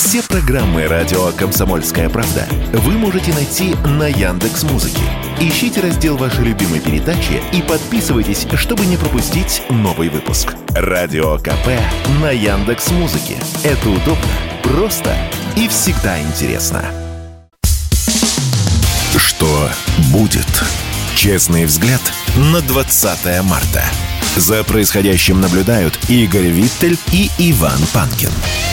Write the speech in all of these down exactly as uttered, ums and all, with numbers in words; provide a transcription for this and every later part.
Все программы радио «Комсомольская правда» вы можете найти на Яндекс.Музыке. Ищите раздел вашей любимой передачи и подписывайтесь, чтобы не пропустить новый выпуск. Радио КП на Яндекс.Музыке. Это удобно, просто и всегда интересно. Что будет? Честный взгляд на двадцатое марта. За происходящим наблюдают Игорь Виттель и Иван Панкин.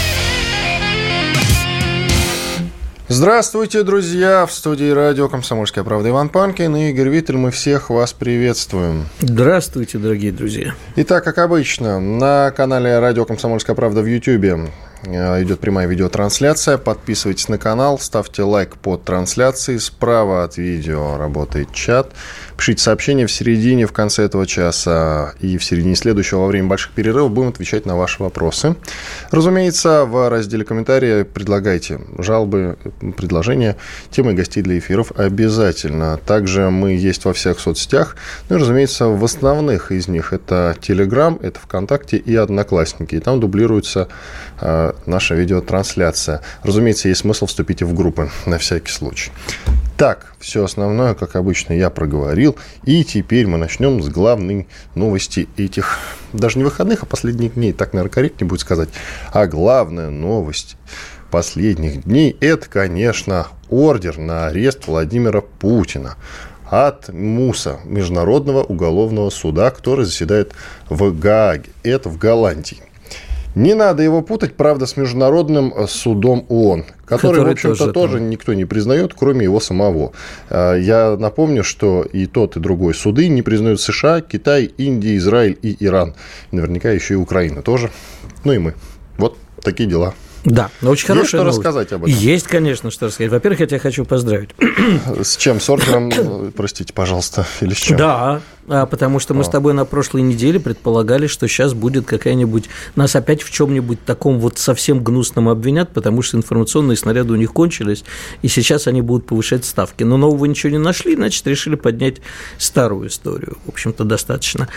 Здравствуйте, друзья! В студии радио «Комсомольская правда» Иван Панкин и Игорь Виттель. Мы всех вас приветствуем. Здравствуйте, дорогие друзья. Итак, как обычно, на канале радио «Комсомольская правда» в Ютьюбе идет прямая видеотрансляция. Подписывайтесь на канал, ставьте лайк под трансляцией. Справа от видео работает чат. Пишите сообщения в середине, в конце этого часа и в середине следующего, во время больших перерывов, будем отвечать на ваши вопросы. Разумеется, в разделе комментарии предлагайте жалобы, предложения, темы гостей для эфиров обязательно. Также мы есть во всех соцсетях. Ну и, разумеется, в основных из них это Telegram, это ВКонтакте и Одноклассники. И там дублируется э, наша видеотрансляция. Разумеется, есть смысл вступить в группы на всякий случай. Так, все основное, как обычно, я проговорил. И теперь мы начнем с главной новости этих, даже не выходных, а последних дней. Так, наверное, корректнее будет сказать. А главная новость последних дней – это, конечно, ордер на арест Владимира Путина от МУСа, Международного уголовного суда, который заседает в Гааге. Это в Голландии. Не надо его путать, правда, с Международным судом ООН, который, который в общем-то, тоже, тоже никто не признает, кроме его самого. Я напомню, что и тот, и другой суды не признают США, Китай, Индия, Израиль и Иран. Наверняка еще и Украина тоже. Ну и мы. Вот такие дела. Да, но очень хорошая Есть что новость. Рассказать об этом? Есть, конечно, что рассказать. Во-первых, я тебя хочу поздравить. С чем? С ордером, простите, пожалуйста, или с чем? Да, потому что мы а. с тобой на прошлой неделе предполагали, что сейчас будет какая-нибудь... Нас опять в чем-нибудь таком вот совсем гнусном обвинят, потому что информационные снаряды у них кончились, и сейчас они будут повышать ставки. Но нового ничего не нашли, значит, решили поднять старую историю. В общем-то, достаточно.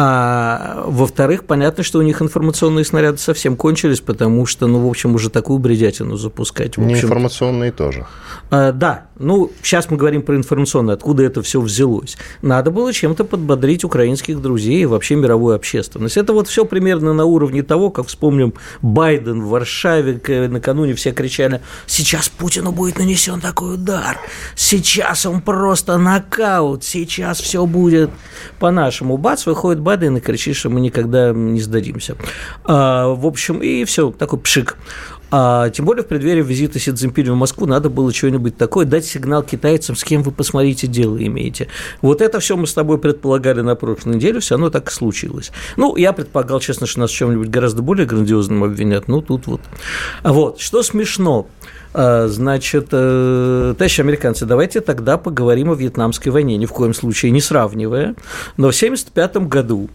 А во-вторых, понятно, что у них информационные снаряды совсем кончились, потому что, ну, в общем, уже такую бредятину запускать. В общем, не информационные тоже. А, да, ну, сейчас мы говорим про информационные, откуда это все взялось. Надо было чем-то подбодрить украинских друзей и вообще мировую общественность. Это вот все примерно на уровне того, как, вспомним, Байден в Варшаве накануне все кричали: сейчас Путину будет нанесен такой удар, сейчас он просто нокаут, сейчас все будет по-нашему. Бац, выходит Байден и кричит, что мы никогда не сдадимся. А, в общем, и все, такой пшик. А, тем более в преддверии визита Си Цзиньпиня в Москву надо было что-нибудь такое, дать сигнал китайцам, с кем вы, посмотрите, дело имеете. Вот это все мы с тобой предполагали на прошлой неделе, все равно так и случилось. Ну, я предполагал, честно, что нас в чем-нибудь гораздо более грандиозным обвинят, ну, тут вот. Вот, что смешно. Значит, товарищи американцы, давайте тогда поговорим о Вьетнамской войне, ни в коем случае не сравнивая, но в семьдесят пятом году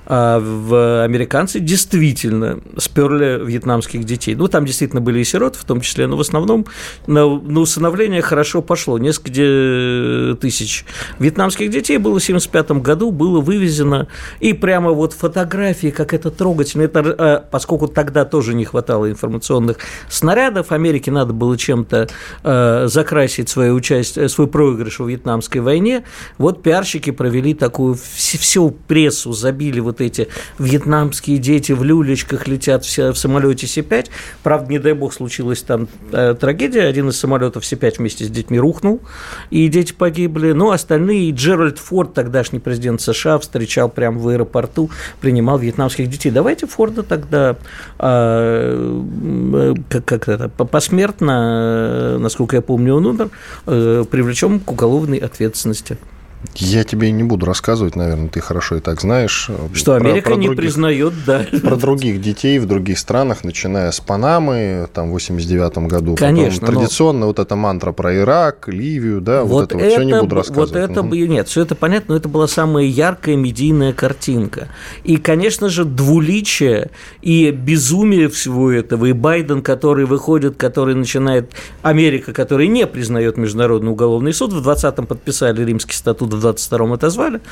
в американцы действительно сперли вьетнамских детей. Ну, там действительно были и сироты, в том числе, но в основном на, на усыновление хорошо пошло. Несколько тысяч вьетнамских детей было в семьдесят пятом году, было вывезено. И прямо вот фотографии, как это трогательно. Это, поскольку тогда тоже не хватало информационных снарядов, Америке надо было чем-то э, закрасить свое участие, свой проигрыш в Вьетнамской войне. Вот пиарщики провели такую, всю прессу забили вот эти вьетнамские дети в люлечках летят в самолете Си пять. Правда, не дай бог, случилась там трагедия. Один из самолетов Си пять вместе с детьми рухнул, и дети погибли. Но остальные, Джеральд Форд, тогдашний президент США, встречал прямо в аэропорту, принимал вьетнамских детей. Давайте Форда тогда как, как это, посмертно, насколько я помню, он умер, привлечем к уголовной ответственности. Я тебе не буду рассказывать, наверное, ты хорошо и так знаешь. Что Америка про, про не других, признает, да. Про других детей в других странах, начиная с Панамы, там, в восемьдесят девятом году. Конечно. Потом традиционно но... вот эта мантра про Ирак, Ливию, да, вот, вот это, это вот все не буду рассказывать. Вот это, угу. Нет, все это понятно, но это была самая яркая медийная картинка. И, конечно же, двуличие и безумие всего этого, и Байден, который выходит, который начинает, Америка, которая не признает Международный уголовный суд, в двадцатом подписали Римский статут, в двадцать втором отозвали,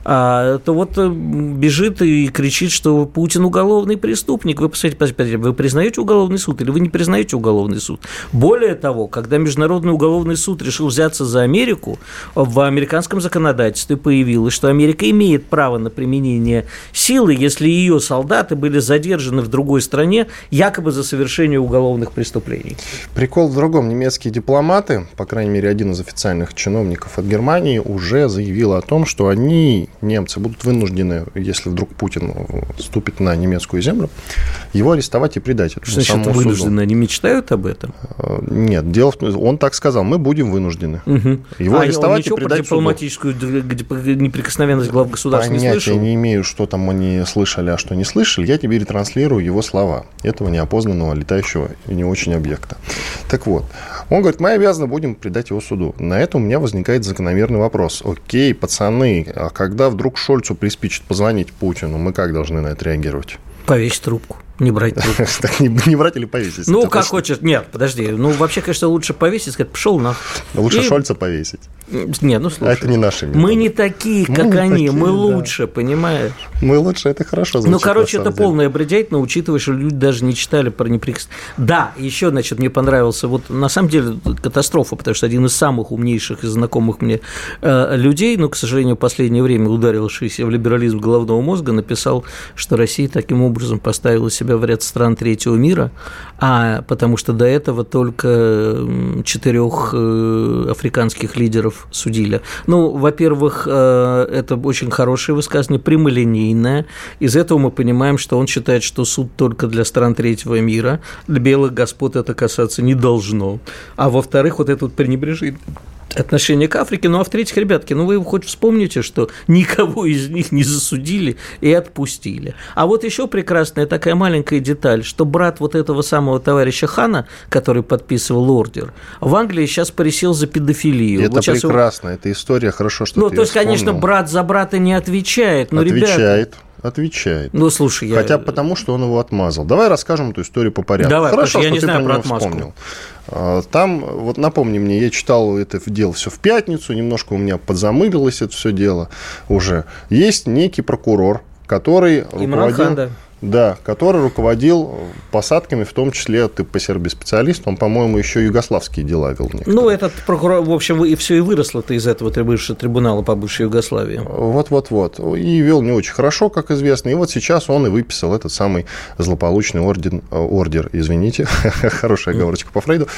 а, то вот бежит и кричит, что Путин уголовный преступник. Вы, посмотрите, вы признаете уголовный суд или вы не признаете уголовный суд? Более того, когда Международный уголовный суд решил взяться за Америку, в американском законодательстве появилось, что Америка имеет право на применение силы, если ее солдаты были задержаны в другой стране, якобы за совершение уголовных преступлений. Прикол в другом. Немецкие дипломаты, по крайней мере, один из официальных чиновников от Германии, уже заявил о том, что они, немцы, будут вынуждены, если вдруг Путин ступит на немецкую землю, его арестовать и предать этому Что самому значит вынуждены? суду. Они мечтают об этом? Нет, дело в том, он так сказал, мы будем вынуждены. Угу. Его а арестовать и предать про дипломатическую неприкосновенность глав государства не слышал? Понятия не имею, что там они слышали, а что не слышали. Я тебе ретрансляцию его слова, этого неопознанного летающего и не очень объекта. Так вот, он говорит, мы обязаны будем предать его суду. На это у меня возникает закономерный вопрос. Окей, пацаны, а когда вдруг Шольцу приспичит позвонить Путину, мы как должны на это реагировать? Повесить трубку. Не брать трубку. Так не, не брать или повесить? Ну, как хочешь. Нет, подожди. Ну, вообще, конечно, лучше повесить, сказать, пошел нахуй. Лучше и... Шольца повесить. Нет, ну, слушай. А это не наши методы. Мы не такие, как мы они. Такие, мы лучше, да. Понимаешь? Мы лучше, это хорошо звучит. Ну, короче, это полная бредятина, учитывая, что люди даже не читали про неприкосновенность. Да, еще, значит, мне понравился, вот на самом деле катастрофа, потому что один из самых умнейших и знакомых мне э, людей, но, к сожалению, в последнее время ударившийся в либерализм головного мозга, написал, что Россия таким образом поставила себя в ряд стран третьего мира, а потому что до этого только четырех э, африканских лидеров судили. Ну, во-первых, э, это очень хорошее высказывание, прямолинейное. Из этого мы понимаем, что он считает, что суд только для стран третьего мира, для белых господ это касаться не должно. А во-вторых, вот это вот пренебрежение отношение к Африке. Ну, а в-третьих, ребятки, ну, вы хоть вспомните, что никого из них не засудили и отпустили. А вот еще прекрасная такая маленькая деталь, что брат вот этого самого товарища Хана, который подписывал ордер, в Англии сейчас поресил за педофилию. Это вот прекрасно, это история, хорошо, что ну, ты то есть, вспомнил. Конечно, брат за брата не отвечает, но, отвечает. ребята... Отвечает. Ну, слушай, я... Хотя бы потому, что он его отмазал. Давай расскажем эту историю по порядку. Давай, хорошо, я что не ты знаю про про него отмазку. Вспомнил. Там, вот напомни мне, я читал это дело все в пятницу, немножко у меня подзамылилось это все дело уже. Есть некий прокурор, который Имран руководил... Хан, да. Да, который руководил посадками, в том числе, ты по Сербии специалист, он, по-моему, еще югославские дела вел. Некоторые. Ну, этот прокурор, в общем, и все и выросло-то из этого бывшего трибунала по бывшей Югославии. Вот-вот-вот. И вел не очень хорошо, как известно. И вот сейчас он и выписал этот самый злополучный орден, ордер, извините, хорошая оговорочка по Фрейду,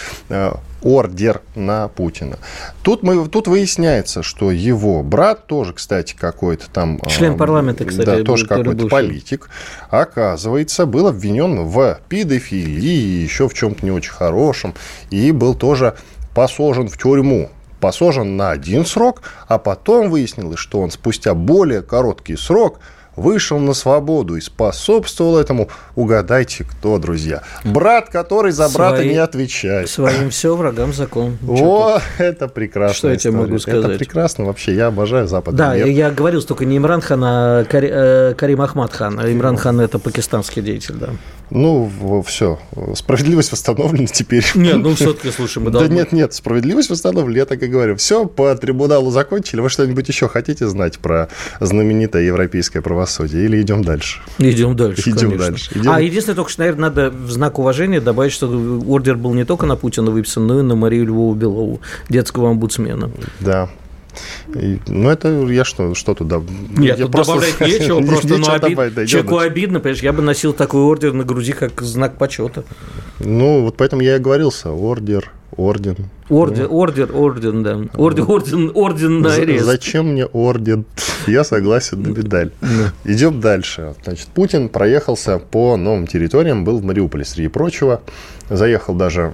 ордер на Путина. Тут, мы, тут выясняется, что его брат тоже, кстати, какой-то там... Член парламента, кстати. Да, тоже какой-то политик. Оказывается, был обвинен в педофилии, еще в чем-то не очень хорошем, и был тоже посажен в тюрьму. Посажен на один срок, а потом выяснилось, что он спустя более короткий срок вышел на свободу и способствовал этому, угадайте кто, друзья, брат, который за брата Свои, не отвечает. Своим все, врагам закон. О, это прекрасно. Что я тебе могу сказать? Это прекрасно вообще, я обожаю западный да, мир. Да, я говорил, только не Имран Хан, а Карим Ахмад Хан. Имран Хан – это пакистанский деятель, да. Ну, все, справедливость восстановлена теперь. Нет, ну все-таки, слушай, мы должны... Да нет, нет, справедливость восстановлена, я так и говорю. Все, по трибуналу закончили. Вы что-нибудь еще хотите знать про знаменитое европейское правосудие? Или идем дальше? Идем дальше, Идем конечно. дальше. Идем... А, единственное, только что, наверное, надо в знак уважения добавить, что ордер был не только на Путина выписан, но и на Марию Львову-Белову, детского омбудсмена. Да. И, ну, это я что, что туда... Нет, я тут просто... добавлять нечего, просто ну, обид... добавить, да, человеку обидно, понимаешь, я бы носил такой ордер на груди, как знак почета. Ну, вот поэтому я и говорился, ордер, орден. Ордер, ну. ордер, орден, да. Орден, орден, орден на арест. Зачем мне орден? Я согласен на медаль. Идем дальше. Значит, Путин проехался по новым территориям, был в Мариуполе, среди прочего. Заехал даже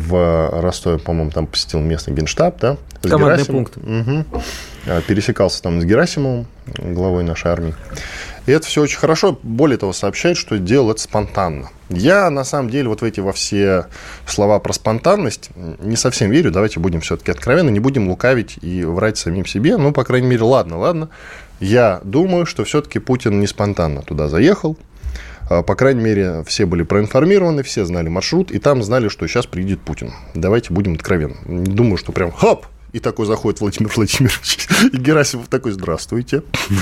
в Ростове, по-моему, там посетил местный генштаб, да? Командный пункт. Угу. Пересекался там с Герасимовым, главой нашей армии. И это все очень хорошо. Более того, сообщает, что делал это спонтанно. Я, на самом деле, вот в эти во все слова про спонтанность не совсем верю. Давайте будем все-таки откровенны, не будем лукавить и врать самим себе. Ну, по крайней мере, ладно, ладно. Я думаю, что все-таки Путин не спонтанно туда заехал. По крайней мере, все были проинформированы, все знали маршрут, и там знали, что сейчас приедет Путин. Давайте будем откровенны. Не думаю, что прям хоп, И такой заходит Владимир Владимирович. И Герасимов такой: здравствуйте.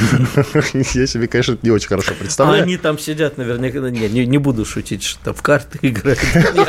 Я себе, конечно, не очень хорошо представляю. А они там сидят наверняка. Не, не, не буду шутить, что там в карты играют.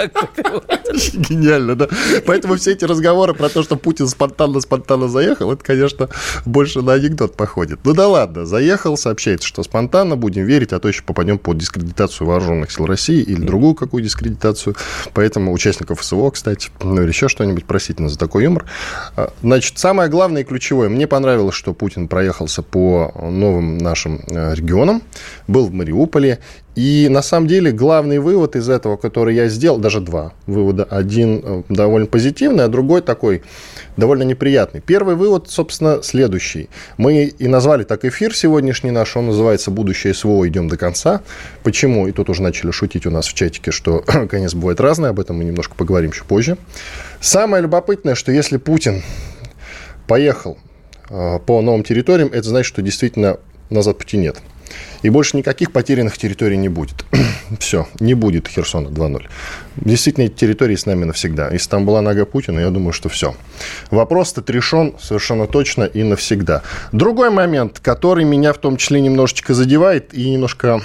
Гениально, да? Поэтому все эти разговоры про то, что Путин спонтанно-спонтанно заехал, это, конечно, больше на анекдот походит. Ну да ладно, заехал, сообщается, что спонтанно, будем верить, а то еще попадем под дискредитацию вооруженных сил России или другую какую дискредитацию. Поэтому участников СВО, кстати, ну или еще что-нибудь, простительно за такой юмор. Значит, самое главное и ключевое. Мне понравилось, что Путин проехался по новым нашим регионам, был в Мариуполе. И на самом деле главный вывод из этого, который я сделал, даже два вывода. Один довольно позитивный, а другой такой довольно неприятный. Первый вывод, собственно, следующий. Мы и назвали так эфир сегодняшний наш, он называется «Будущее СВО. Идем до конца». Почему? И тут уже начали шутить у нас в чатике, что конец бывает разный, об этом мы немножко поговорим чуть позже. Самое любопытное, что если Путин поехал по новым территориям, это значит, что действительно назад пути нет. И больше никаких потерянных территорий не будет. Все, не будет Херсона два ноль. Действительно, эти территории с нами навсегда. Если там была нога Путина, я думаю, что все. Вопрос-то решен совершенно точно и навсегда. Другой момент, который меня в том числе немножечко задевает и немножко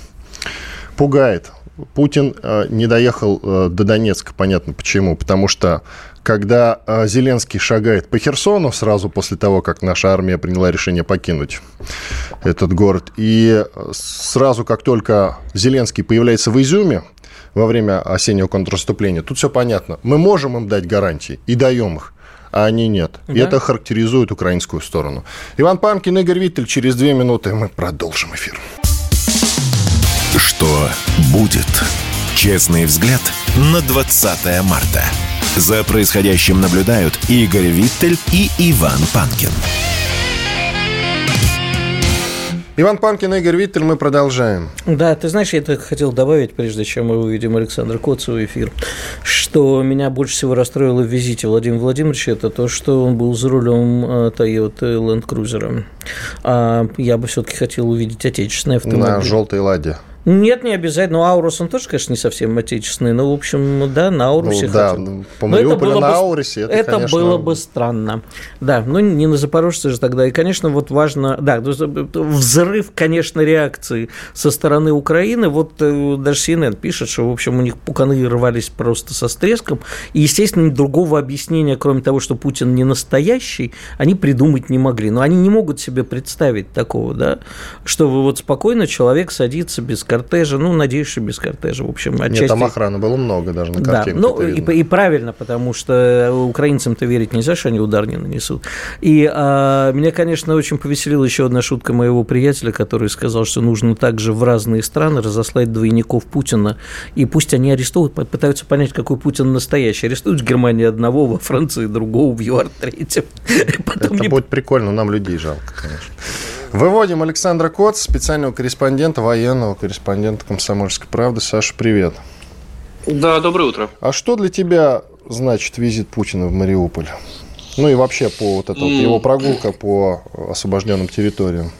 пугает. Путин э, не доехал э, до Донецка, понятно почему. Потому что, когда э, Зеленский шагает по Херсону, сразу после того, как наша армия приняла решение покинуть этот город, и сразу, как только Зеленский появляется в Изюме во время осеннего контрнаступления, тут все понятно. Мы можем им дать гарантии и даем их, а они нет. Да. И это характеризует украинскую сторону. Иван Панкин, Игорь Виттель. Через две минуты мы продолжим эфир. Что будет? Честный взгляд на двадцатое марта. За происходящим наблюдают Игорь Виттель и Иван Панкин. Иван Панкин, Игорь Виттель, мы продолжаем. Да, ты знаешь, я это хотел добавить, прежде чем мы увидим Александра Коца в эфир, что меня больше всего расстроило в визите Владимира Владимировича, это то, что он был за рулем Toyota Land Cruiser. А я бы все-таки хотел увидеть отечественный автомобиль. На желтой «Ладе». Нет, не обязательно. Ну, Аурус, он тоже, конечно, не совсем отечественный, но, в общем, да, на Аурусе ну, да, хотел. по Мариуполю на Аурусе это, это конечно... было бы странно. Да, ну, не на Запорожце же тогда. И, конечно, вот важно... Да, взрыв, конечно, реакции со стороны Украины. Вот даже си эн эн пишет, что, в общем, у них пуканы рвались просто со стреском. И, естественно, другого объяснения, кроме того, что Путин не настоящий, они придумать не могли. Но они не могут себе представить такого, да, что вот спокойно человек садится без кортежа, ну, надеюсь, что без кортежа, в общем, отчасти... Нет, там охраны было много даже на картине. Да, ну, и, и правильно, потому что украинцам-то верить нельзя, что они удар не нанесут. И а, меня, конечно, очень повеселила еще одна шутка моего приятеля, который сказал, что нужно также в разные страны разослать двойников Путина, и пусть они арестуют, пытаются понять, какой Путин настоящий. Арестуют в Германии одного, во Франции другого, в ЮАР третьего. Это не... будет прикольно, нам людей жалко, конечно. Выводим Александра Коца, специального корреспондента, военного корреспондента «Комсомольской правды». Саша, привет. Да, доброе утро. А что для тебя значит визит Путина в Мариуполь? Ну и вообще по вот это, mm. вот его прогулка по освобожденным территориям.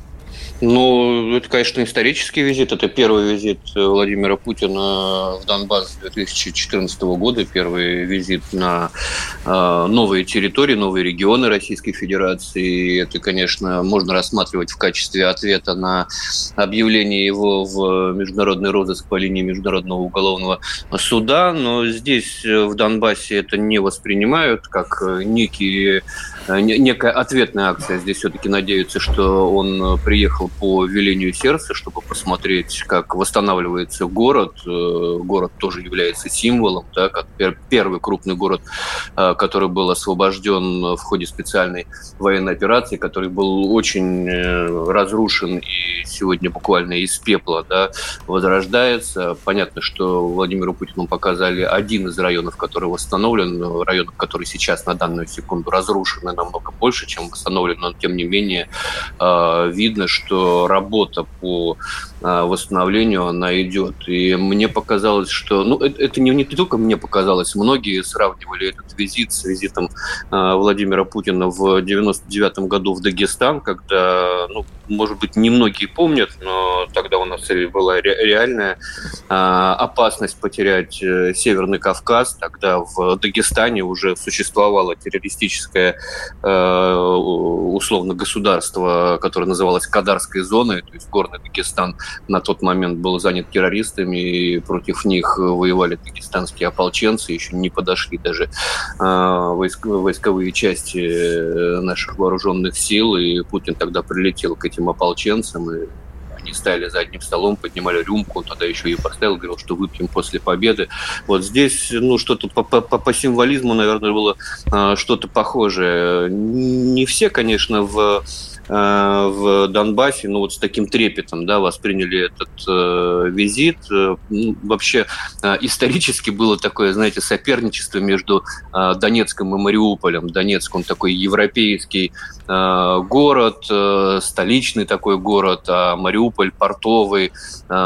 Ну, это, конечно, исторический визит. Это первый визит Владимира Путина в Донбасс две тысячи четырнадцатого года. Первый визит на э, новые территории, новые регионы Российской Федерации. Это, конечно, можно рассматривать в качестве ответа на объявление его в международный розыск по линии Международного уголовного суда. Но здесь, в Донбассе, это не воспринимают как некие, некая ответная акция. Здесь все-таки надеются, что он приехал по велению сердца, чтобы посмотреть, как восстанавливается город. Город тоже является символом, да, как первый крупный город, который был освобожден в ходе специальной военной операции, который был очень разрушен и сегодня буквально из пепла, да, возрождается. Понятно, что Владимиру Путину показали один из районов, который восстановлен, район, который сейчас на данную секунду разрушен наверное, намного больше, чем восстановлено, но тем не менее видно, что работа по восстановлению, она идет. И мне показалось, что... Ну, это, это не, не только мне показалось, многие сравнивали этот визит с визитом Владимира Путина в девяносто девятом году в Дагестан, когда, ну, может быть, немногие помнят, но тогда у нас была ре- реальная опасность потерять Северный Кавказ. Тогда в Дагестане уже существовало террористическое условно государство, которое называлось Кадарской зоной, то есть горный Дагестан на тот момент был занят террористами, и против них воевали дагестанские ополченцы, еще не подошли даже войск, войсковые части наших вооруженных сил, и Путин тогда прилетел к этим ополченцам, и они стояли за одним столом, поднимали рюмку, он тогда еще и поставил, говорил, что выпьем после победы. Вот здесь, ну, что-то по, по, по символизму, наверное, было э, что-то похожее. Не все, конечно, в в Донбассе, ну вот с таким трепетом, да, восприняли этот э, визит. Ну, вообще э, исторически было такое, знаете, соперничество между э, Донецком и Мариуполем. Донецк, он такой европейский э, город, э, столичный такой город, а Мариуполь портовый,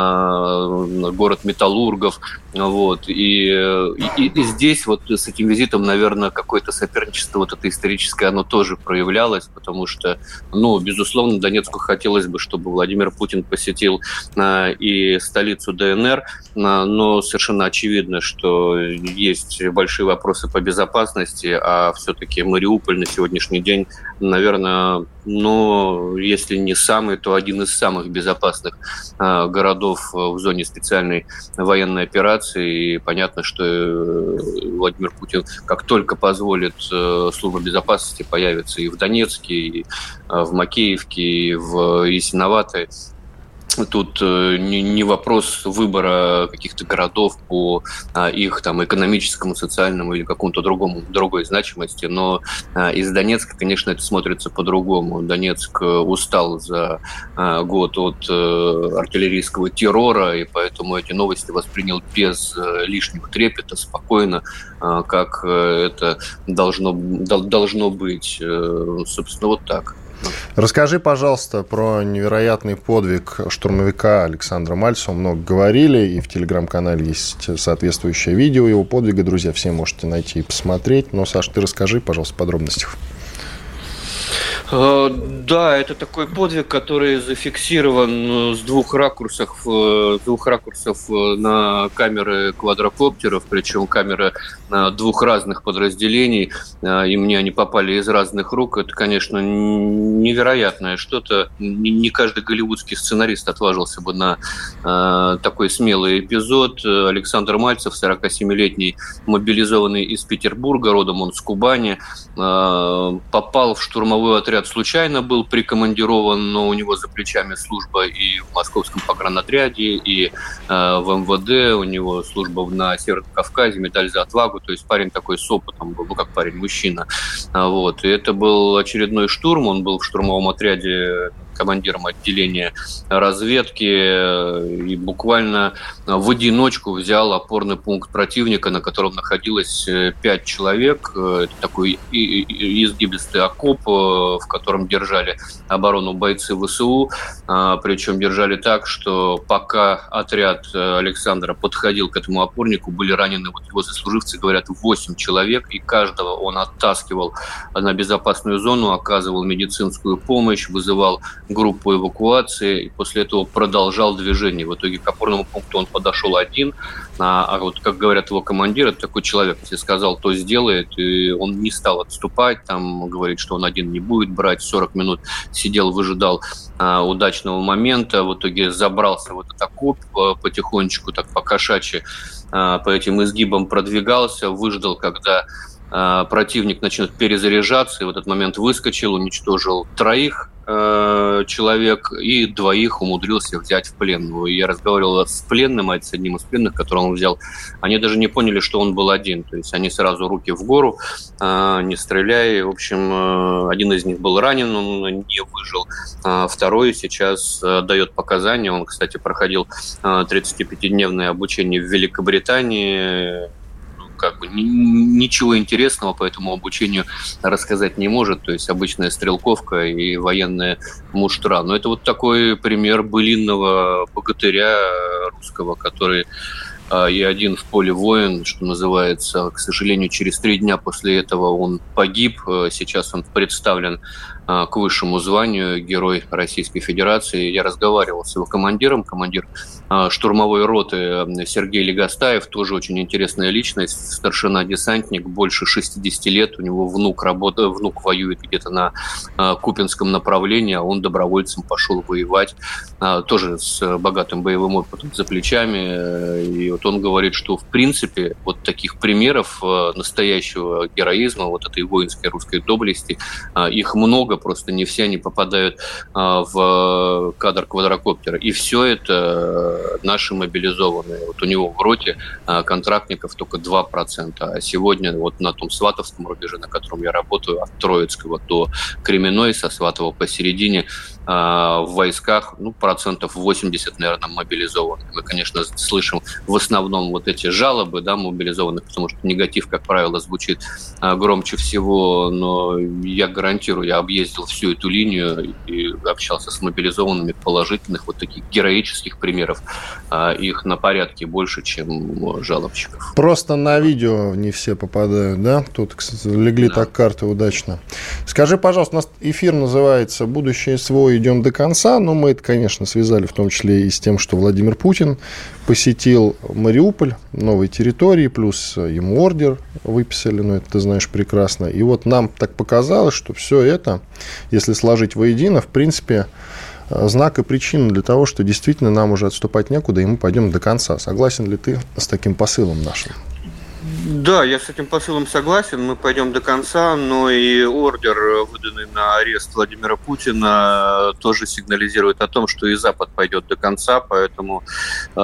э, город металлургов. Вот. И, и, и здесь вот с этим визитом, наверное, какое-то соперничество вот это историческое, оно тоже проявлялось, потому что, ну, безусловно, Донецку хотелось бы, чтобы Владимир Путин посетил а, и столицу ДНР, а, но совершенно очевидно, что есть большие вопросы по безопасности, а все-таки Мариуполь на сегодняшний день, наверное, ну, если не самый, то один из самых безопасных а, городов в зоне специальной военной операции. И понятно, что Владимир Путин, как только позволит служба безопасности, появится и в Донецке, и в Макеевке, и в Ясиноватой. Тут не, не вопрос выбора каких-то городов по а, их там экономическому, социальному или какому-то другому, другой значимости, но а, из Донецка, конечно, это смотрится по-другому. Донецк устал за а, год от а, артиллерийского террора, и поэтому эти новости воспринял без а, лишнего трепета, спокойно, а, как а, это должно, должно быть. А, собственно, вот так. Расскажи, пожалуйста, про невероятный подвиг штурмовика Александра Мальцева. Много говорили, и в Телеграм-канале есть соответствующее видео его подвига. Друзья, все можете найти и посмотреть. Но, Саш, ты расскажи, пожалуйста, в подробностях. Да, это такой подвиг, который зафиксирован с двух ракурсов, с двух ракурсов на камеры квадрокоптеров, причем камеры двух разных подразделений, и мне они попали из разных рук. Это, конечно, невероятное что-то. Не каждый голливудский сценарист отважился бы на такой смелый эпизод. Александр Мальцев, сорокасемилетний, мобилизованный из Петербурга, родом он с Кубани, попал в штурмовой отряд случайно, был прикомандирован, но у него за плечами служба и в московском погранотряде, и э, в эм вэ дэ, у него служба на Северном Кавказе, медаль за отвагу, то есть парень такой с опытом был, ну как парень, мужчина. Вот. И это был очередной штурм, он был в штурмовом отряде командиром отделения разведки и буквально в одиночку взял опорный пункт противника, на котором находилось пять человек. Это такой изгибистый окоп, в котором держали оборону бойцы вэ эс у, причем держали так, что пока отряд Александра подходил к этому опорнику, были ранены, вот его сослуживцы говорят, восемь человек, и каждого он оттаскивал на безопасную зону, оказывал медицинскую помощь, вызывал группу эвакуации, и после этого продолжал движение. В итоге к опорному пункту он подошел один, а, а вот, как говорят его командир, это такой человек, если сказал, то сделает, и он не стал отступать, там говорит, что он один не будет брать, сорок минут сидел, выжидал а, удачного момента, в итоге забрался в этот окоп а, потихонечку, так по-кошачьи, а, по этим изгибам продвигался, выждал, когда а, противник начнет перезаряжаться, и в этот момент выскочил, уничтожил троих человек и двоих умудрился взять в плен. Я разговаривал с пленным, а с одним из пленных, которого он взял. Они даже не поняли, что он был один. То есть они сразу руки в гору, не стреляя. В общем, один из них был ранен, он не выжил. Второй сейчас дает показания. Он, кстати, проходил тридцатипятидневное обучение в Великобритании. как бы ничего интересного по этому обучению рассказать не может. То есть обычная стрелковка и военная муштра. Но это вот такой пример былинного богатыря русского, который и один в поле воин, что называется. К сожалению, через три дня после этого он погиб. Сейчас он представлен к высшему званию Герой Российской Федерации. Я разговаривал с его командиром, командир штурмовой роты Сергей Легостаев, тоже очень интересная личность, старшина-десантник, больше шестьдесят лет, у него внук, работает, внук воюет где-то на Купинском направлении, а он добровольцем пошел воевать, тоже с богатым боевым опытом за плечами. И вот он говорит, что в принципе вот таких примеров настоящего героизма, вот этой воинской русской доблести, их много, просто не все они попадают в кадр квадрокоптера. И все это наши мобилизованные. Вот у него в роте контрактников только два процента. А сегодня вот на том Сватовском рубеже, на котором я работаю, от Троицкого до Кременной, со Сватова посередине, в войсках, ну, процентов восемьдесят, наверное, мобилизованных. Мы, конечно, слышим в основном вот эти жалобы, да, мобилизованных, потому что негатив, как правило, звучит громче всего, но я гарантирую, я объездил всю эту линию и общался с мобилизованными, положительных, вот таких героических примеров. Их на порядке больше, чем жалобщиков. Просто на видео не все попадают, да? Тут легли да. так карты удачно. Скажи, пожалуйста, у нас эфир называется «Будущее СВО. Идем до конца». Но мы это, конечно, связали в том числе и с тем, что Владимир Путин посетил Мариуполь, новые территории, плюс ему ордер выписали, ну, это ты знаешь прекрасно. И вот нам так показалось, что все это, если сложить воедино, в принципе, знак и причина для того, что действительно нам уже отступать некуда, и мы пойдем до конца. Согласен ли ты с таким посылом нашим? Да, я с этим посылом согласен, мы пойдем до конца, но и ордер, выданный на арест Владимира Путина, тоже сигнализирует о том, что и Запад пойдет до конца, поэтому, э,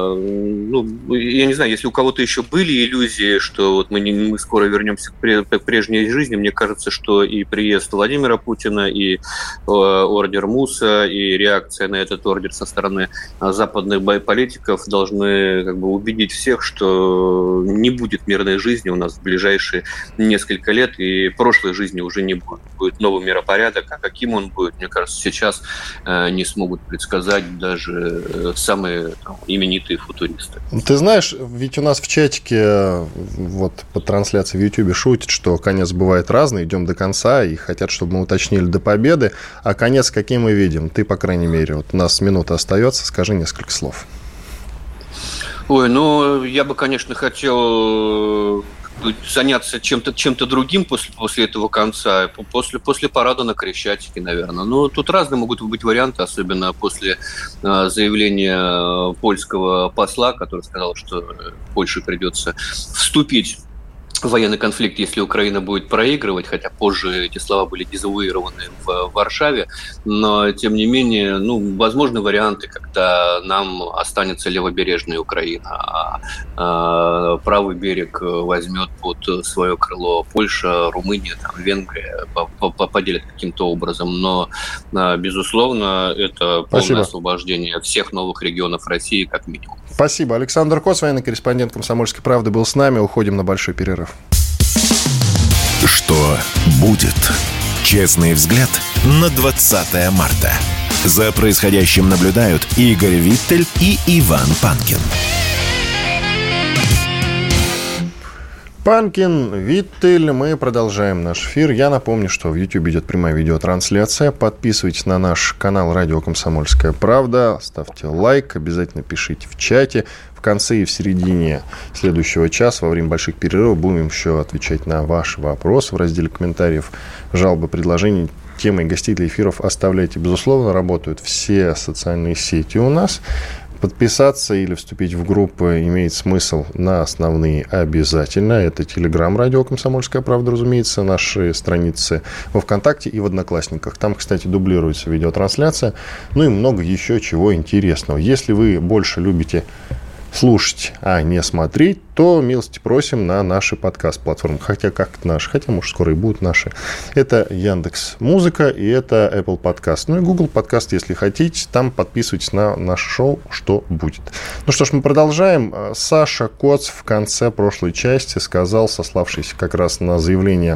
ну, я не знаю, если у кого-то еще были иллюзии, что вот мы, не, мы скоро вернемся к, пре, к прежней жизни, мне кажется, что и приезд Владимира Путина, и э, ордер Муса, и реакция на этот ордер со стороны западных политиков должны как бы убедить всех, что не будет мирной жизни у нас в ближайшие несколько лет, и прошлой жизни уже не будет. Будет новый миропорядок, а каким он будет, мне кажется, сейчас э, не смогут предсказать даже э, самые там, именитые футуристы. Ты знаешь, ведь у нас в чатике вот по трансляции в Ютьюбе шутят, что конец бывает разный, идем до конца, и хотят, чтобы мы уточнили до победы, а конец каким мы видим? Ты, по крайней мере, вот у нас минута остается, скажи несколько слов. Ой, ну, я бы, конечно, хотел заняться чем-то, чем-то другим после, после этого конца, после, после парада на Крещатике, наверное. Но тут разные могут быть варианты, особенно после э, заявления польского посла, который сказал, что Польше придется вступить военный конфликт, если Украина будет проигрывать, хотя позже эти слова были дезавуированы в Варшаве, но, тем не менее, ну, возможны варианты, когда нам останется левобережная Украина, а, а правый берег возьмет под свое крыло Польша, Румыния, там, Венгрия, поделят каким-то образом, но, безусловно, это полное Спасибо. освобождение всех новых регионов России, как минимум. Спасибо. Александр Коц, военный корреспондент «Комсомольской правды», был с нами. Уходим на большой перерыв. Что будет? Честный взгляд на двадцатое марта. За происходящим наблюдают Игорь Виттель и Иван Панкин. Панкин, Виттель, мы продолжаем наш эфир. Я напомню, что в YouTube идет прямая видеотрансляция. Подписывайтесь на наш канал «Радио Комсомольская правда». Ставьте лайк, обязательно пишите в чате. В конце и в середине следующего часа, во время больших перерывов, будем еще отвечать на ваши вопросы в разделе комментариев, жалобы, предложений. Темы и гостей для эфиров оставляйте. Безусловно, работают все социальные сети у нас. Подписаться или вступить в группы имеет смысл на основные обязательно. Это Telegram «Радио Комсомольская правда», разумеется, наши страницы во ВКонтакте и в Одноклассниках. Там, кстати, дублируется видеотрансляция. Ну и много еще чего интересного. Если вы больше любите слушать, а не смотреть, то милости просим на наши подкаст-платформы. Хотя как наши, хотя, может, скоро и будут наши. Это Яндекс.Музыка и это Apple Podcast. Ну и Google Podcast, если хотите. Там подписывайтесь на наше шоу «Что будет?». Ну что ж, мы продолжаем. Саша Коц в конце прошлой части сказал, сославшись как раз на заявление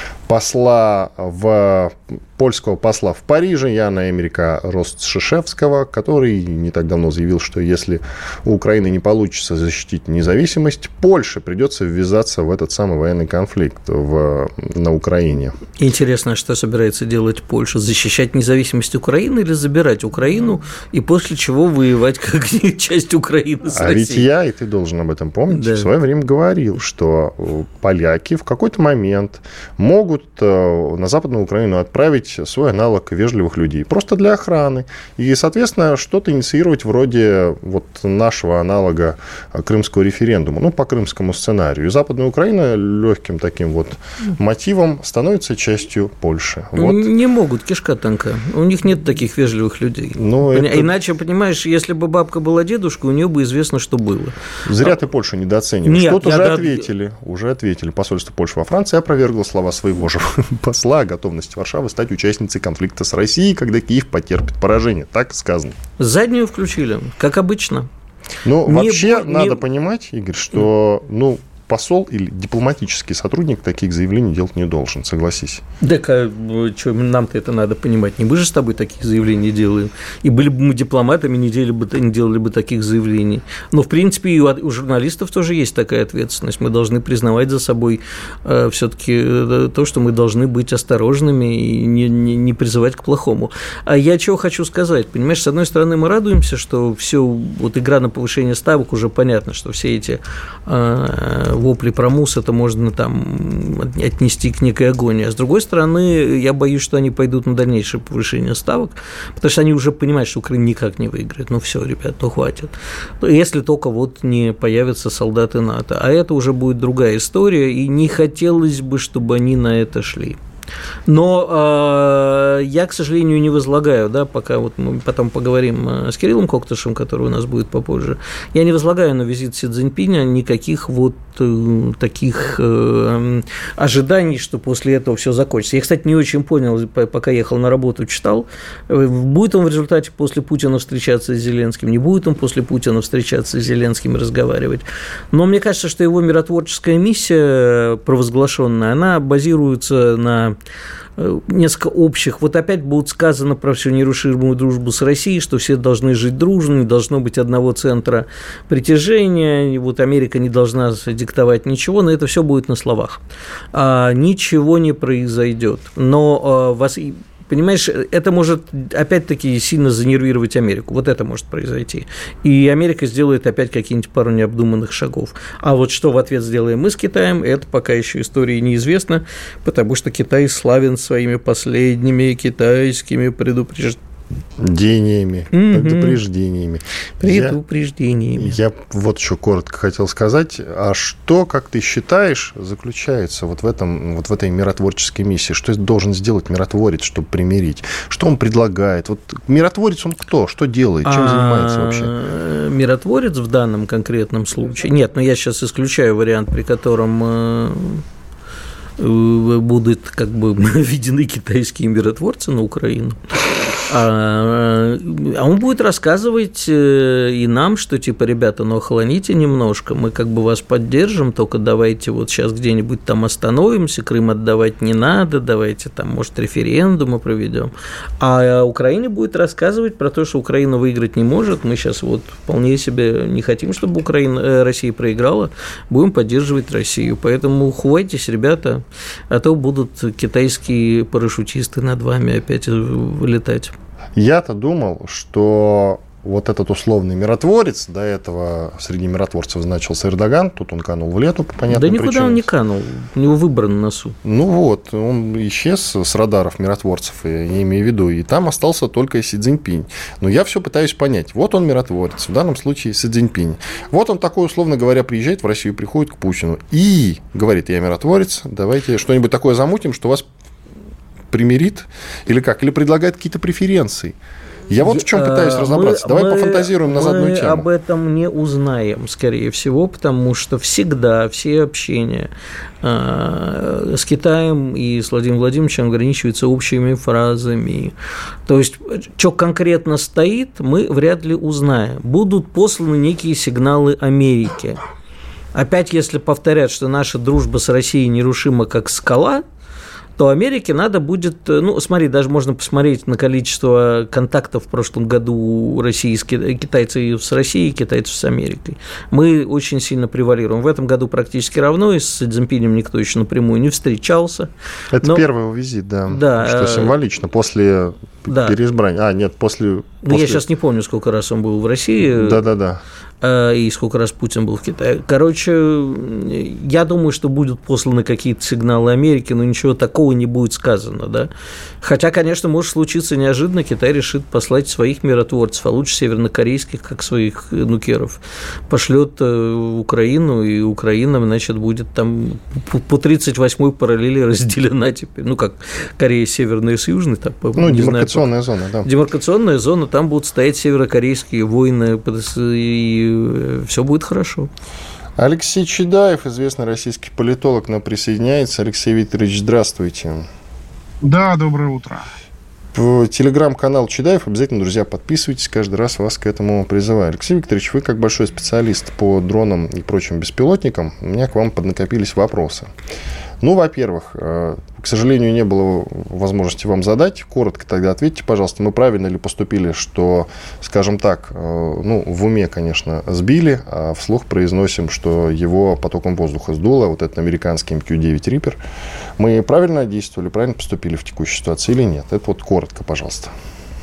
посла в... польского посла в Париже Яна Эмерика Ростшишевского, который не так давно заявил, что если у Украины не получится защитить независимость, Польше придется ввязаться в этот самый военный конфликт в... на Украине. Интересно, что собирается делать Польша? Защищать независимость Украины или забирать Украину и после чего воевать как часть Украины с а Россией? А ведь я, и ты должен об этом помнить, да. в свое время говорил, что поляки в какой-то момент могут на Западную Украину отправить свой аналог вежливых людей. Просто для охраны. И, соответственно, что-то инициировать вроде вот нашего аналога крымского референдума. Ну, по крымскому сценарию. И Западная Украина легким таким вот мотивом становится частью Польши. Вот. Не могут, кишка тонка. У них нет таких вежливых людей. Но это... Иначе, понимаешь, если бы бабка была дедушкой, у нее бы известно, что было. Зря а... ты Польшу недооцениваешь. Нет, Тут уже да... ответили. Уже ответили. Посольство Польши во Франции опровергло слова своего же посла о готовности Варшавы стать участницей конфликта с Россией, когда Киев потерпит поражение. Так сказано. Заднюю включили, как обычно. Ну, не вообще, бо... надо не... понимать, Игорь, что, ну, посол или дипломатический сотрудник таких заявлений делать не должен, согласись. Так, а что, нам-то это надо понимать. Не мы же с тобой таких заявлений делаем. И были бы мы дипломатами, не делали бы, не делали бы таких заявлений. Но, в принципе, и у журналистов тоже есть такая ответственность. Мы должны признавать за собой э, все-таки то, что мы должны быть осторожными и не, не, не призывать к плохому. А я чего хочу сказать? Понимаешь, с одной стороны, мы радуемся, что все, вот игра на повышение ставок, уже понятно, что все эти э, вопли про МУС, это можно там отнести к некой агонии. А с другой стороны, я боюсь, что они пойдут на дальнейшее повышение ставок, потому что они уже понимают, что Украина никак не выиграет. Ну все, ребят, ну хватит. Если только вот не появятся солдаты НАТО. А это уже будет другая история, и не хотелось бы, чтобы они на это шли. Но э, я, к сожалению, не возлагаю, да, пока вот мы потом поговорим с Кириллом Коктышем, который у нас будет попозже, я не возлагаю на визит Си Цзиньпиня никаких вот э, таких э, ожиданий, что после этого все закончится. Я, кстати, не очень понял, пока ехал на работу, читал, будет он в результате после Путина встречаться с Зеленским, не будет он после Путина встречаться с Зеленским и разговаривать. Но мне кажется, что его миротворческая миссия провозглашенная, она базируется на несколько общих. Вот опять будет сказано про всю нерушимую дружбу с Россией, что все должны жить дружно, не должно быть одного центра притяжения, вот Америка не должна диктовать ничего, но это все будет на словах. А, ничего не произойдет. Но а, вас... Понимаешь, это может, опять-таки, сильно занервировать Америку. Вот это может произойти. И Америка сделает опять какие-нибудь пару необдуманных шагов. А вот что в ответ сделаем мы с Китаем, это пока еще истории неизвестно, потому что Китай славен своими последними китайскими предупреждениями. Дениями, mm-hmm. предупреждениями. Предупреждениями. Я, я вот еще коротко хотел сказать, а что, как ты считаешь, заключается вот в, этом, вот в этой миротворческой миссии? Что должен сделать миротворец, чтобы примирить? Что он предлагает? Вот миротворец он кто? Что делает? Чем занимается вообще? Миротворец в данном конкретном случае? Нет, но я сейчас исключаю вариант, при котором будут как бы введены китайские миротворцы на Украину. А он будет рассказывать и нам, что типа, ребята, ну охладите немножко, мы как бы вас поддержим, только давайте вот сейчас где-нибудь там остановимся, Крым отдавать не надо, давайте там, может, референдумы проведем. А Украине будет рассказывать про то, что Украина выиграть не может, мы сейчас вот вполне себе не хотим, чтобы Украина, Россия проиграла, будем поддерживать Россию. Поэтому хватитесь, ребята, а то будут китайские парашютисты над вами опять вылетать. Я-то думал, что вот этот условный миротворец, до этого среди миротворцев значился Эрдоган, тут он канул в лету по понятным причинам. Да никуда причинам. Он не канул, у него выбор на носу. Ну вот, он исчез с радаров миротворцев, я имею в виду, и там остался только Си Цзиньпинь. Но я все пытаюсь понять, вот он миротворец, в данном случае Си Цзиньпинь. Вот он такой, условно говоря, приезжает в Россию, приходит к Путину и говорит, я миротворец, давайте что-нибудь такое замутим, что вас примирит, или как, или предлагает какие-то преференции. Я вот в чем пытаюсь разобраться. Мы, Давай мы, пофантазируем на заодную тему. Мы об этом не узнаем, скорее всего, потому что всегда все общения э, с Китаем и с Владимиром Владимировичем ограничиваются общими фразами. То есть, что конкретно стоит, мы вряд ли узнаем. Будут посланы некие сигналы Америке. Опять, если повторять, что наша дружба с Россией нерушима, как скала, то Америке надо будет, ну, смотри, даже можно посмотреть на количество контактов в прошлом году России с китайцев с Россией, китайцев с Америкой. Мы очень сильно превалируем. В этом году практически равно, и с Си Цзиньпинем никто еще напрямую не встречался. Это Но... первый его визит, да, да, что символично, после да. переизбрания. А, нет, после... Ну, после... я сейчас не помню, сколько раз он был в России. Да-да-да. И сколько раз Путин был в Китае. Короче, я думаю, что будут посланы какие-то сигналы Америки, но ничего такого не будет сказано, да. Хотя, конечно, может случиться неожиданно, Китай решит послать своих миротворцев, а лучше севернокорейских, как своих нукеров, пошлет в Украину, и Украина, значит, будет там по тридцать восьмой параллели разделена теперь, ну, как Корея северная с южной. Там, ну, демаркационная знаю, зона, да. Демаркационная зона, там будут стоять северокорейские войны, и все будет хорошо. Алексей Чедаев, известный российский политолог, нам присоединяется. Алексей Викторович, здравствуйте. Да, доброе утро. В телеграм-канал Чедаев обязательно, друзья, подписывайтесь, каждый раз вас к этому призываю. Алексей Викторович, вы как большой специалист по дронам и прочим беспилотникам, у меня к вам поднакопились вопросы. Ну, во-первых, к сожалению, не было возможности вам задать. Коротко тогда ответьте, пожалуйста, мы правильно ли поступили, что, скажем так, ну, в уме, конечно, сбили, а вслух произносим, что его потоком воздуха сдуло, вот этот американский эм кью девять Reaper. Мы правильно действовали, правильно поступили в текущей ситуации или нет? Это вот коротко, пожалуйста.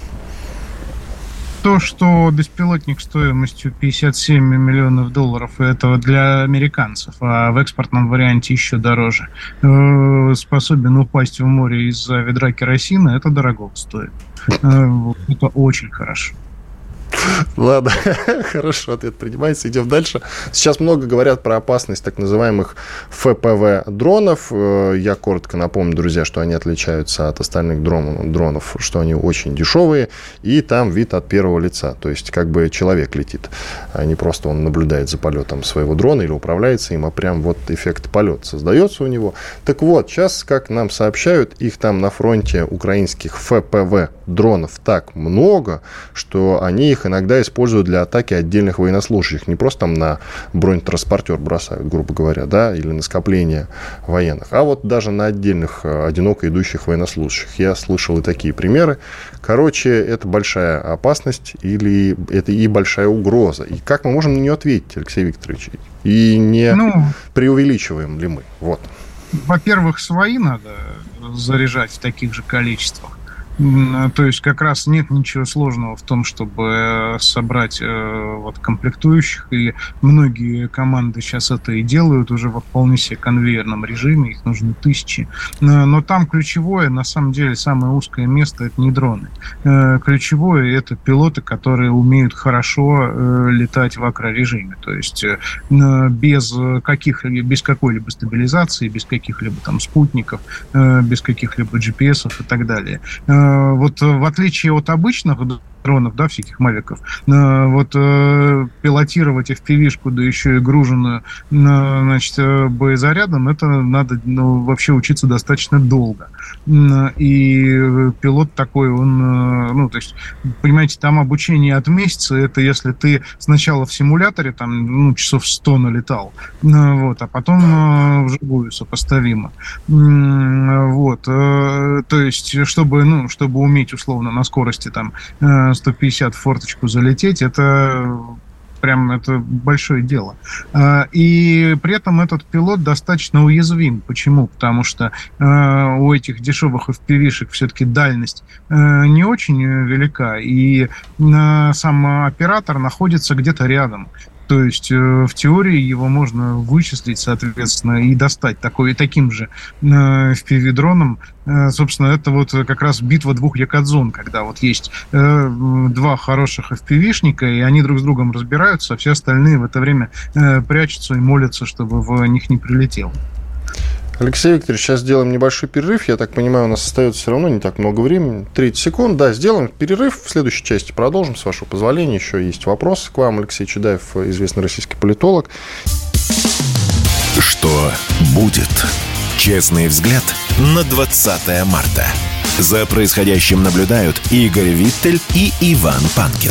То, что беспилотник стоимостью пятьдесят семь миллионов долларов, это для американцев, а в экспортном варианте еще дороже, способен упасть в море из-за ведра керосина, это дорого стоит. Это очень хорошо. Ладно, хорошо, ответ принимается. Идем дальше. Сейчас много говорят про опасность так называемых эф пи ви-дронов. Я коротко напомню, друзья, что они отличаются от остальных дронов, что они очень дешевые, и там вид от первого лица. То есть, как бы человек летит, а не просто он наблюдает за полетом своего дрона или управляется им, а прям вот эффект полета создается у него. Так вот, сейчас, как нам сообщают, их там на фронте украинских эф пи ви-дронов так много, что они их иногда используют для атаки отдельных военнослужащих. Не просто там на бронетранспортер бросают, грубо говоря, да, или на скопление военных, а вот даже на отдельных одиноко идущих военнослужащих. Я слышал и такие примеры. Короче, это большая опасность или это и большая угроза. И как мы можем на нее ответить, Алексей Викторович? И не ну, преувеличиваем ли мы? Вот. Во-первых, свои надо заряжать в таких же количествах. То есть как раз нет ничего сложного в том, чтобы собрать э, вот, комплектующих, и многие команды сейчас это и делают уже во вполне себе конвейерном режиме, их нужны тысячи. Но, но там ключевое, на самом деле, самое узкое место — это не дроны. Э, ключевое — это пилоты, которые умеют хорошо э, летать в акрорежиме, то есть э, без, каких, без какой-либо стабилизации, без каких-либо там спутников, э, без каких-либо джи пи эсов и так далее. Вот в отличие от обычных дронов, да, всяких мавиков, вот пилотировать эф пи ви-шку, да еще и груженную, значит, боезарядом, это надо, ну, вообще учиться достаточно долго. И пилот такой, он, ну, то есть, понимаете, там обучение от месяца, это если ты сначала в симуляторе, там, ну, часов сто налетал, вот, а потом вживую сопоставимо. Вот, то есть, чтобы, ну, чтобы уметь, условно, на скорости, там, сто пятьдесят в форточку залететь, это прям это большое дело. И при этом этот пилот достаточно уязвим. Почему? Потому что у этих дешевых эф пи ви-шек все-таки дальность не очень велика, и сам оператор находится где-то рядом. То есть в теории его можно вычислить, соответственно, и достать такой, таким же эф пи ви-дроном. Собственно, это вот как раз битва двух якадзун, когда вот есть два хороших эф пи ви-шника, и они друг с другом разбираются, а все остальные в это время прячутся и молятся, чтобы в них не прилетело. Алексей Викторович, сейчас сделаем небольшой перерыв. Я так понимаю, у нас остается все равно не так много времени. тридцать секунд. Да, сделаем перерыв. В следующей части продолжим, с вашего позволения. Еще есть вопросы к вам. Алексей Чудаев, известный российский политолог. Что будет? Честный взгляд на двадцатое марта. За происходящим наблюдают Игорь Виттель и Иван Панкин.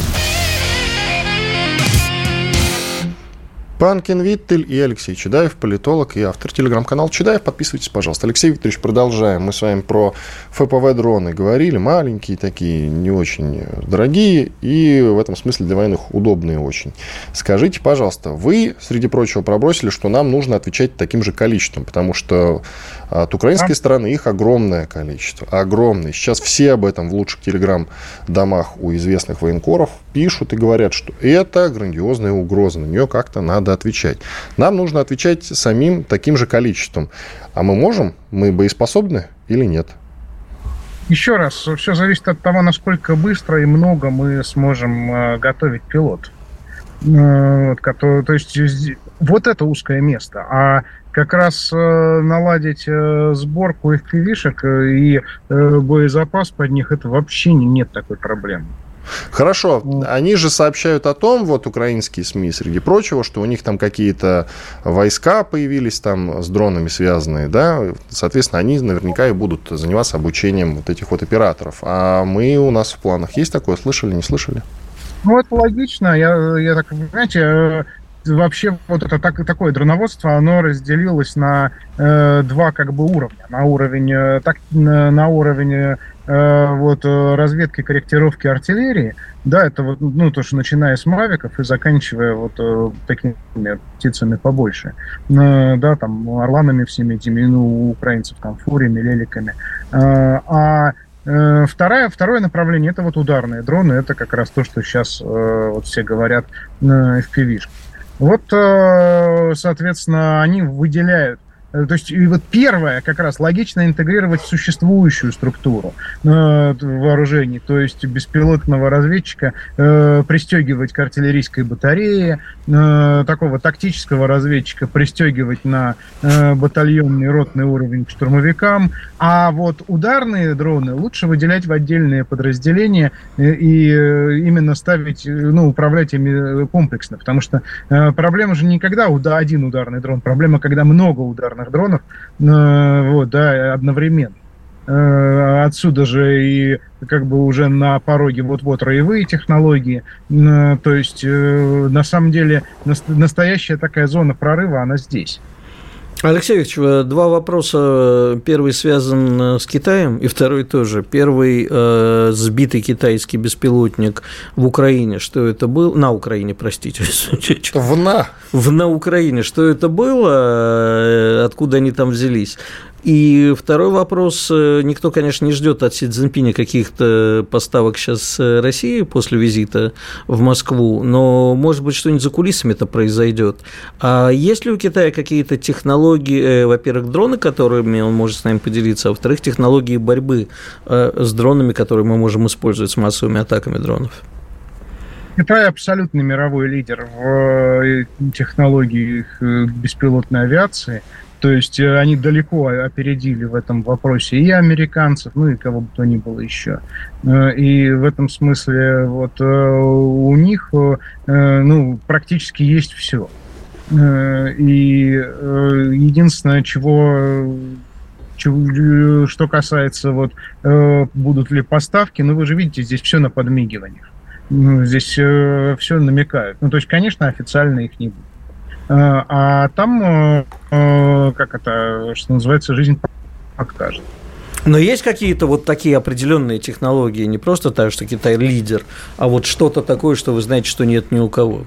Панкин, Виттель и Алексей Чудаев, политолог и автор телеграм-канала Чудаев. Подписывайтесь, пожалуйста. Алексей Викторович, продолжаем. Мы с вами про эф пэ вэ-дроны говорили. Маленькие такие, не очень дорогие и в этом смысле для военных удобные очень. Скажите, пожалуйста, вы, среди прочего, пробросили, что нам нужно отвечать таким же количеством, потому что от украинской стороны их огромное количество. Огромное. Сейчас все об этом в лучших телеграм-домах у известных военкоров пишут и говорят, что это грандиозная угроза. На нее как-то надо отвечать. Нам нужно отвечать самим таким же количеством. А мы можем? Мы боеспособны или нет? Еще раз, все зависит от того, насколько быстро и много мы сможем э, готовить пилот. Э, который, то есть вот это узкое место. А как раз э, наладить э, сборку эф пи ви-шек и э, боезапас под них, это вообще не, нет такой проблемы. Хорошо. Они же сообщают о том, вот украинские СМИ, среди прочего, что у них там какие-то войска появились там с дронами связанные, да, соответственно, они наверняка и будут заниматься обучением вот этих вот операторов. А мы, у нас в планах есть такое? Слышали, не слышали? Ну, это логично. Я, я так, знаете, вообще вот это так, такое дроноводство, оно разделилось на э, два как бы уровня. На уровень, э, так, на, на уровень э, вот, разведки, корректировки артиллерии. Да, это вот, ну, то, что начиная с мавиков и заканчивая вот э, такими птицами побольше. Э, да, там, орланами всеми этими, ну, у украинцев там фуриями, леликами. Э, а э, второе, второе направление — это вот ударные дроны. Это как раз то, что сейчас э, вот все говорят э, эф пи ви-шки. Вот, соответственно, они выделяют. То есть, и вот первое, как раз, логично интегрировать в существующую структуру э, вооружений, то есть беспилотного разведчика э, пристегивать к артиллерийской батарее, э, такого тактического разведчика пристегивать на э, батальонный, ротный уровень к штурмовикам, а вот ударные дроны лучше выделять в отдельные подразделения э, и э, именно ставить, ну, управлять ими комплексно, потому что э, проблема же не когда уда- один ударный дрон, проблема, когда много ударных дронов, э, вот, да, одновременно. Э, отсюда же и как бы уже на пороге вот-вот роевые технологии. Э, то есть, э, на самом деле, нас- настоящая такая зона прорыва, она здесь. Алексей Викторович, два вопроса. Первый связан с Китаем, и второй тоже. Первый э, сбитый китайский беспилотник в Украине. Что это было? На Украине, простите. В на. В на Украине. Что это было? Откуда они там взялись? И второй вопрос. Никто, конечно, не ждет от Си Цзиньпиня каких-то поставок сейчас России после визита в Москву, но, может быть, что-нибудь за кулисами это произойдет. А есть ли у Китая какие-то технологии, во-первых, дроны, которыми он может с нами поделиться, а во-вторых, технологии борьбы с дронами, которые мы можем использовать с массовыми атаками дронов? Китай абсолютно мировой лидер в технологии беспилотной авиации. То есть они далеко опередили в этом вопросе и американцев, ну и кого бы то ни было еще. И в этом смысле вот у них, ну, практически есть все. И единственное, чего... Что касается, вот, будут ли поставки, ну, вы же видите, здесь все на подмигиваниях. Здесь э, все намекают. Ну, то есть, конечно, официально их не будет. А, а там, э, как это, что называется, жизнь покажет. Но есть какие-то вот такие определенные технологии, не просто так, что Китай лидер, а вот что-то такое, что вы знаете, что нет ни у кого?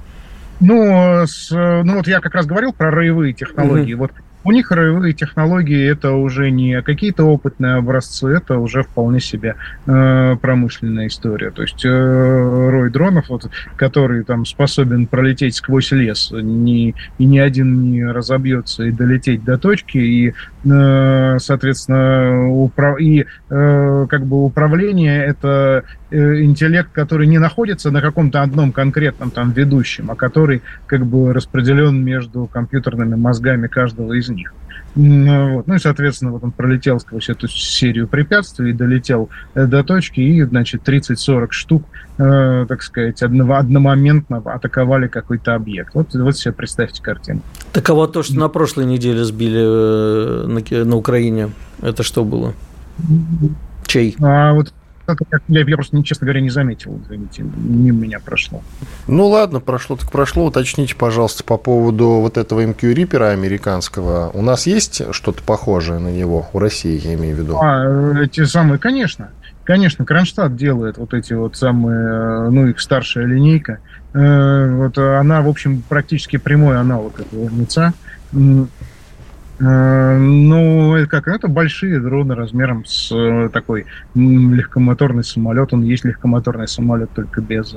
Ну, с, ну вот я как раз говорил про роевые технологии. Mm-hmm. Вот у них роевые технологии — это уже не какие-то опытные образцы, это уже вполне себе э, промышленная история. То есть э, рой дронов, вот, который там способен пролететь сквозь лес, не, и ни один не разобьется, и долететь до точки, и, э, соответственно, упра- и э, как бы управление — это э, интеллект, который не находится на каком-то одном конкретном там ведущем, а который как бы распределен между компьютерными мозгами каждого из них. Вот. Ну и, соответственно, вот он пролетел сквозь эту серию препятствий, долетел до точки, и, значит, тридцать-сорок штук, э, так сказать, одного, одномоментно атаковали какой-то объект. Вот, вот себе представьте картину. Так а вот то, что на прошлой неделе сбили на, на Украине, это что было? Чей? А вот я, я просто, честно говоря, не заметил, извините, мимо меня прошло. Ну ладно, прошло так прошло. Уточните, пожалуйста, по поводу вот этого эм кью Reaper американского. У нас есть что-то похожее на него? У России, я имею в виду. А, эти самые, конечно. Конечно, Кронштадт делает вот эти вот самые, ну, их старшая линейка. Вот она, в общем, практически прямой аналог этого МИЦа. Ну, это как? Это большие дроны размером с такой легкомоторный самолет. Он есть легкомоторный самолет, только без,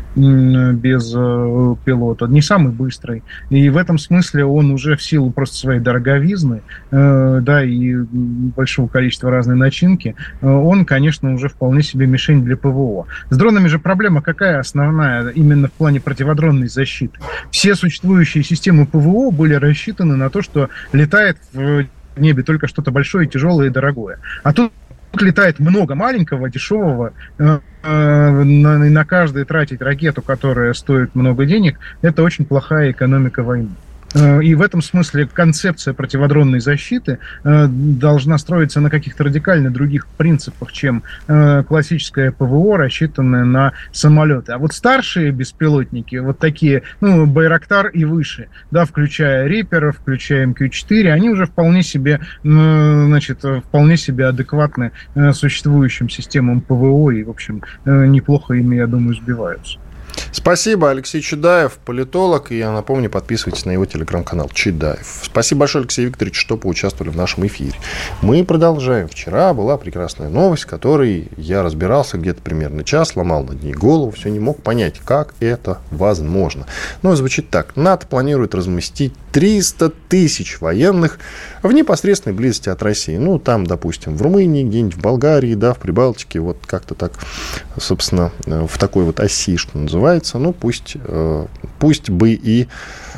без пилота. Не самый быстрый. И в этом смысле он уже в силу просто своей дороговизны, да, и большого количества разной начинки, он, конечно, уже вполне себе мишень для ПВО. С дронами же проблема какая основная именно в плане противодронной защиты? Все существующие системы ПВО были рассчитаны на то, что летает в небе только что-то большое, тяжелое и дорогое. А тут летает много маленького, дешевого, э, э, на, на каждый тратить ракету, которая стоит много денег, это очень плохая экономика войны. И в этом смысле концепция противодронной защиты э, должна строиться на каких-то радикально других принципах, чем э, классическое ПВО, рассчитанное на самолеты. А вот старшие беспилотники, вот такие, ну, Байрактар и выше, да, включая Reaper, включая эм кью четыре, они уже вполне себе, э, значит, вполне себе адекватны э, существующим системам ПВО и, в общем, э, неплохо ими, я думаю, сбиваются. Спасибо, Алексей Чедаев, политолог. И я напомню, подписывайтесь на его телеграм-канал Чедаев. Спасибо большое, Алексей Викторович, что поучаствовали в нашем эфире. Мы продолжаем. Вчера была прекрасная новость, которой я разбирался где-то примерно час, ломал над ней голову, все не мог понять, как это возможно. Но звучит так. НАТО планирует разместить триста тысяч военных в непосредственной близости от России. Ну, там, допустим, в Румынии, где-нибудь в Болгарии, да, в Прибалтике, вот как-то так, собственно, в такой вот оси, что называется. Ну, пусть, пусть бы и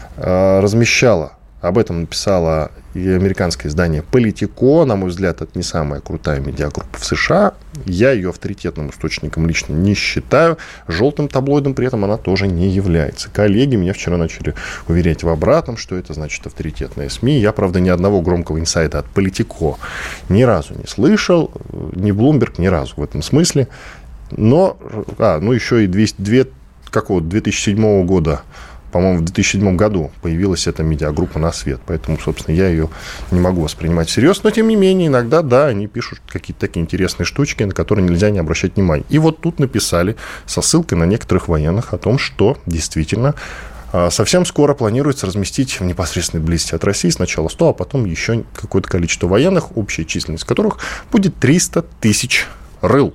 размещала. Об этом написала и американское издание Politico. На мой взгляд, это не самая крутая медиагруппа в США. Я ее авторитетным источником лично не считаю. Желтым таблоидом при этом она тоже не является. Коллеги меня вчера начали уверять в обратном, что это значит авторитетная СМИ. Я, правда, ни одного громкого инсайда от Politico ни разу не слышал. Ни Bloomberg ни разу в этом смысле. Но, а, ну, еще и двести, две, какого, две тысячи седьмого года, по-моему, в две тысячи седьмом году появилась эта медиагруппа «На свет». Поэтому, собственно, я ее не могу воспринимать всерьез. Но, тем не менее, иногда, да, они пишут какие-то такие интересные штучки, на которые нельзя не обращать внимания. И вот тут написали со ссылкой на некоторых военных о том, что действительно совсем скоро планируется разместить в непосредственной близости от России сначала сто, а потом еще какое-то количество военных, общая численность которых будет триста тысяч рыл.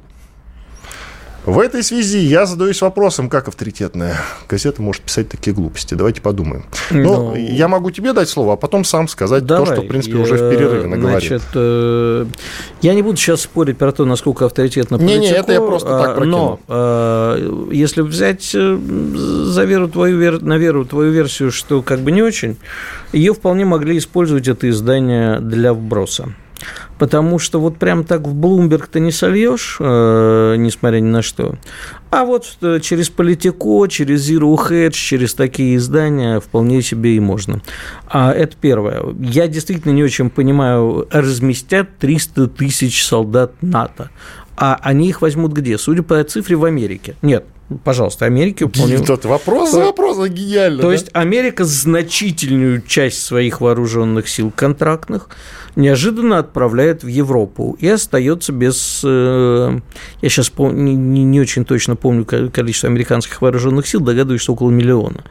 В этой связи я задаюсь вопросом, как авторитетная газета может писать такие глупости. Давайте подумаем. Но ну, я могу тебе дать слово, а потом сам сказать давай, то, что, в принципе, уже в перерыве наговорил. Значит, э, я не буду сейчас спорить про то, насколько авторитетно Politico. Не-не, это я просто так прокинул. Но э, если взять за веру твою, вер, на веру твою версию, что как бы не очень, ее вполне могли использовать это издание для вброса. Потому что вот прям так в Bloomberg ты не сольешь, э, несмотря ни на что. А вот через Politico, через Zero Hedge, через такие издания вполне себе и можно. А это первое. Я действительно не очень понимаю, разместят триста тысяч солдат НАТО. А они их возьмут где? Судя по цифре, в Америке. Нет. Пожалуйста, Америке вполне... Вопрос за вопросом, гениально. То да? есть Америка значительную часть своих вооруженных сил контрактных неожиданно отправляет в Европу и остается без... Я сейчас не, не очень точно помню количество американских вооруженных сил, догадываюсь, что около миллиона.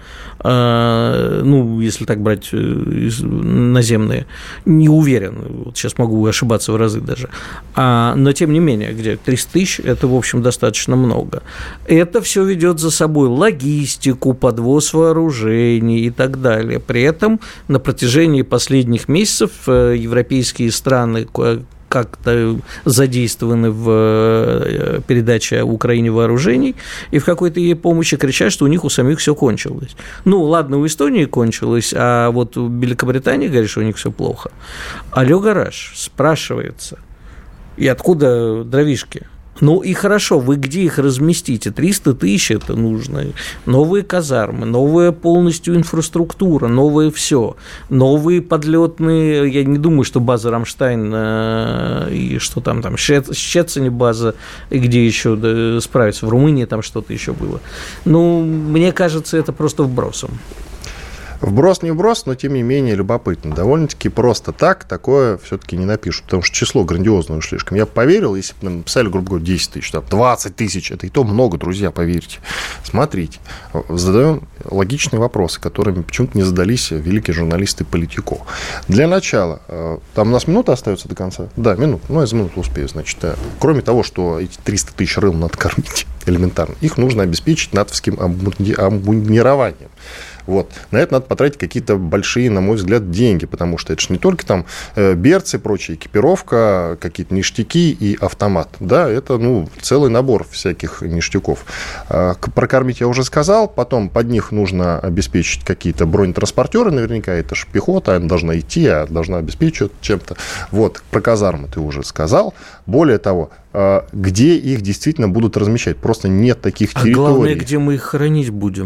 Ну, если так брать наземные. Не уверен. Вот сейчас могу ошибаться в разы даже. Но, тем не менее, где триста тысяч, это, в общем, достаточно много. Это все ведет за собой логистику, подвоз вооружений и так далее. При этом на протяжении последних месяцев европейские страны, как-то задействованы в передаче Украине вооружений, и в какой-то ей помощи кричат, что у них у самих все кончилось. Ну, ладно, у Эстонии кончилось, а вот у Великобритании говорит, что у них все плохо. Алло, гараж, спрашивается, и откуда дровишки? Ну и хорошо, вы где их разместите? триста тысяч это нужно. Новые казармы, новая полностью инфраструктура, новое все. Новые подлетные, я не думаю, что база Рамштайн и что там, там Щецине база, и где еще да, справиться, в Румынии там что-то еще было. Ну, мне кажется, это просто вбросом. Вброс не вброс, но тем не менее любопытно. Довольно-таки просто так такое все-таки не напишут, потому что число грандиозное уж слишком. Я бы поверил, если бы написали, грубо говоря, десять тысяч, там, двадцать тысяч, это и то много, друзья, поверьте. Смотрите, задаем логичные вопросы, которыми почему-то не задались великие журналисты Политико. Для начала, там у нас минута остается до конца? Да, минута, ну, я за минуту успею, значит. Кроме того, что эти триста тысяч рыл надо кормить элементарно, их нужно обеспечить натовским обмундированием. Вот. На это надо потратить какие-то большие, на мой взгляд, деньги, потому что это же не только там берцы, прочая экипировка, какие-то ништяки и автомат. Да, это ну, целый набор всяких ништяков. Прокормить я уже сказал, потом под них нужно обеспечить какие-то бронетранспортеры, наверняка это же пехота, она должна идти, а должна обеспечивать чем-то. Вот, про казармы ты уже сказал. Более того, где их действительно будут размещать? Просто нет таких а территорий. А главное, где мы их хоронить будем?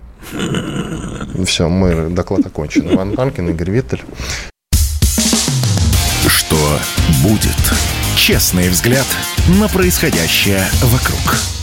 Все, мой доклад окончен. Иван Панкин, Игорь Виттель. Что будет? Честный взгляд на происходящее вокруг.